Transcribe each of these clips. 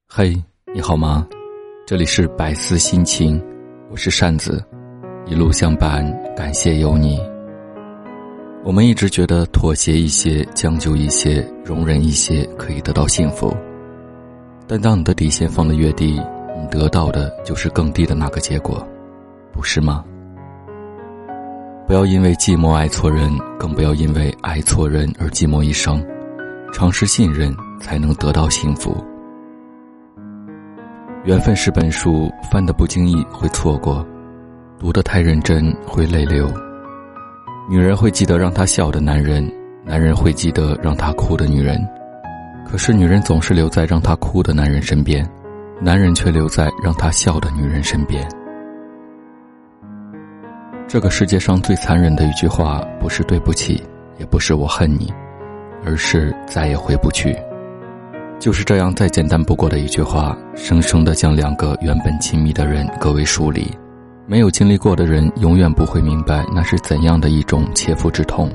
嘿，你好吗？这里是百思心情，我是扇子，一路相伴，感谢有你。我们一直觉得妥协一些，将就一些，容忍一些可以得到幸福，但当你的底线放得越低，你得到的就是更低的那个结果，不是吗？不要因为寂寞爱错人，更不要因为爱错人而寂寞一生，尝试信任才能得到幸福。缘分是本书，翻得不经意会错过，读得太认真会泪流。女人会记得让她笑的男人，男人会记得让她哭的女人。可是女人总是留在让她哭的男人身边，男人却留在让她笑的女人身边。这个世界上最残忍的一句话，不是对不起，也不是我恨你，而是再也回不去。就是这样再简单不过的一句话，生生地将两个原本亲密的人隔为疏离。没有经历过的人永远不会明白那是怎样的一种切肤之痛。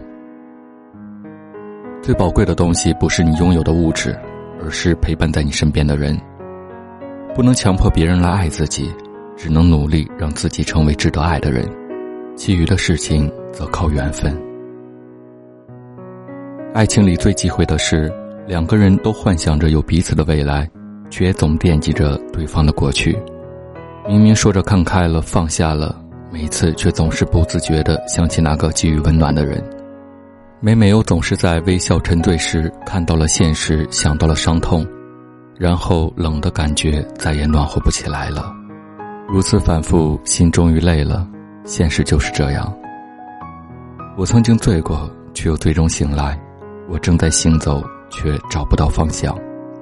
最宝贵的东西不是你拥有的物质，而是陪伴在你身边的人。不能强迫别人来爱自己，只能努力让自己成为值得爱的人，其余的事情则靠缘分。爱情里最忌讳的是两个人都幻想着有彼此的未来，却总惦记着对方的过去。明明说着看开了放下了，每次却总是不自觉地想起那个给予温暖的人。每每又总是在微笑沉醉时看到了现实，想到了伤痛，然后冷的感觉再也暖和不起来了。如此反复，心终于累了，现实就是这样。我曾经醉过，却又最终醒来，我正在行走，却找不到方向。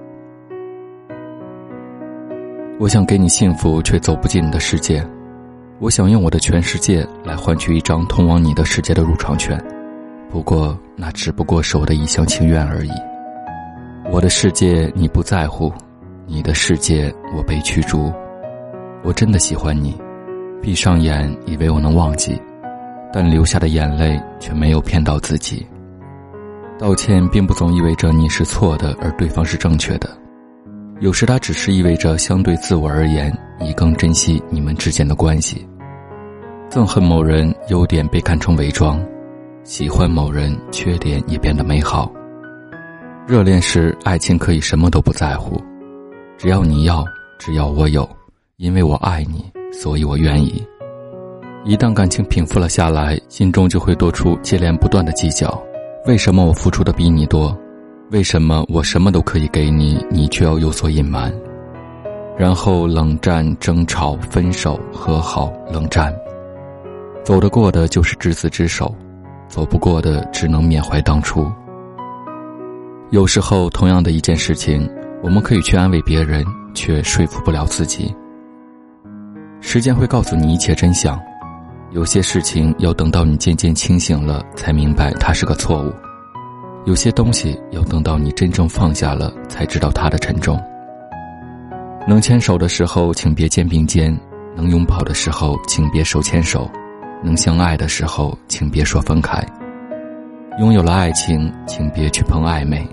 我想给你幸福，却走不进你的世界。我想用我的全世界来换取一张通往你的世界的入场券，不过那只不过是我的一厢情愿而已。我的世界你不在乎，你的世界我被驱逐。我真的喜欢你，闭上眼以为我能忘记，但流下的眼泪却没有骗到自己。道歉并不总意味着你是错的，而对方是正确的。有时它只是意味着相对自我而言，你更珍惜你们之间的关系。憎恨某人，优点被看成伪装；喜欢某人，缺点也变得美好。热恋时，爱情可以什么都不在乎，只要你要，只要我有，因为我爱你，所以我愿意。一旦感情平复了下来，心中就会多出接连不断的计较。为什么我付出的比你多？为什么我什么都可以给你，你却要有所隐瞒？然后冷战、争吵、分手、和好、冷战。走得过的就是执子之手，走不过的只能缅怀当初。有时候同样的一件事情，我们可以去安慰别人，却说服不了自己。时间会告诉你一切真相，有些事情要等到你渐渐清醒了，才明白它是个错误。有些东西要等到你真正放下了，才知道它的沉重。能牵手的时候，请别肩并肩；能拥抱的时候，请别手牵手；能相爱的时候，请别说分开。拥有了爱情，请别去碰暧昧。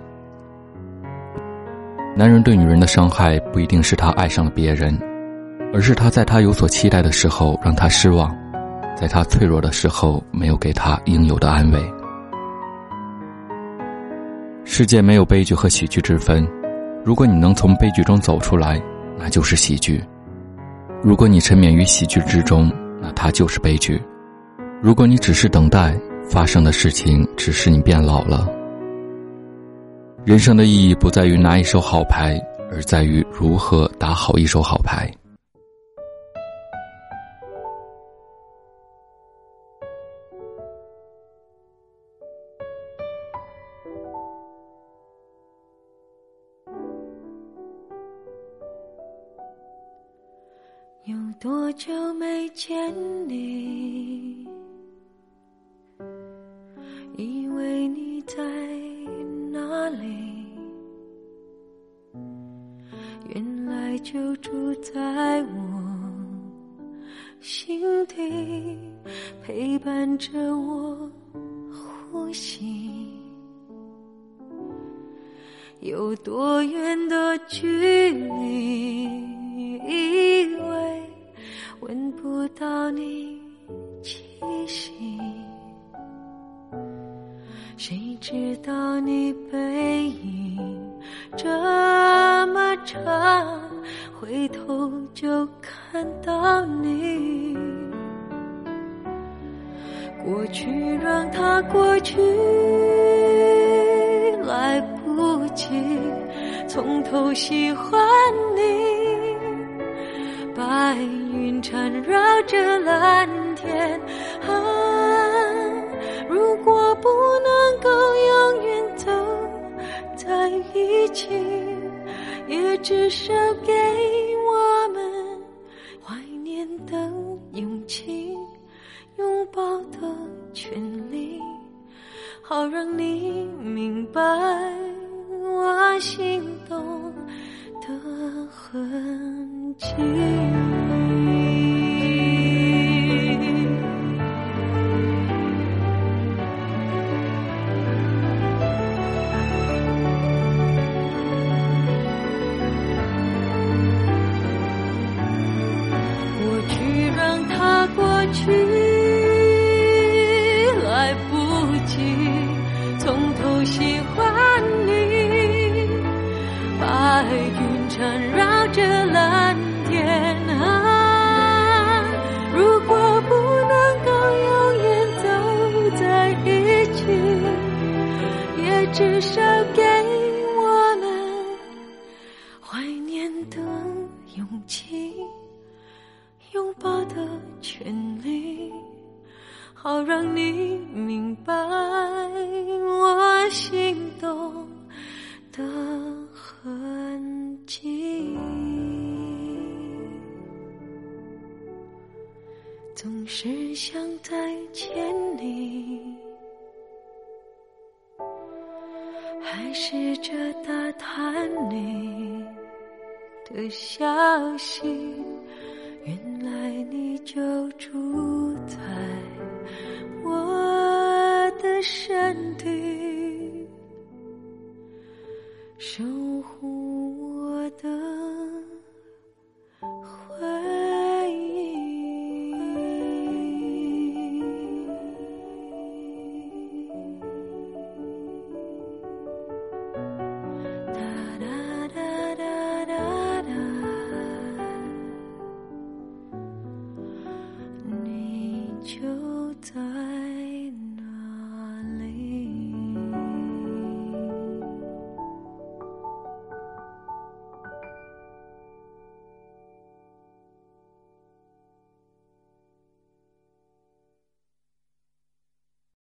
男人对女人的伤害，不一定是他爱上了别人，而是他在他有所期待的时候让他失望，在他脆弱的时候没有给他应有的安慰。世界没有悲剧和喜剧之分，如果你能从悲剧中走出来，那就是喜剧；如果你沉湎于喜剧之中，那它就是悲剧。如果你只是等待，发生的事情只是你变老了。人生的意义不在于拿一手好牌，而在于如何打好一手好牌。 有多久没见你？以为你在哪里？原来就住在我心底，陪伴着我呼吸。 有多远的距离，以为闻不到你气息，谁知道你背影这么长，回头就看到你。过去让它过去，来不及从头喜欢你。白云缠绕着蓝天，如果不能够永远走在一起，也至少给我们怀念的勇气，拥抱的权利，好让你明白我心动的痕迹。过去让它过去，来不及从头喜欢你。白云缠绕着蓝天，如果不能够永远走在一起，也至少给我们怀念的勇气，拥抱的权利，好让你明白我心动的痕迹。总是想再见你，还试着打探你的消息，原来你就住在我的身体，守护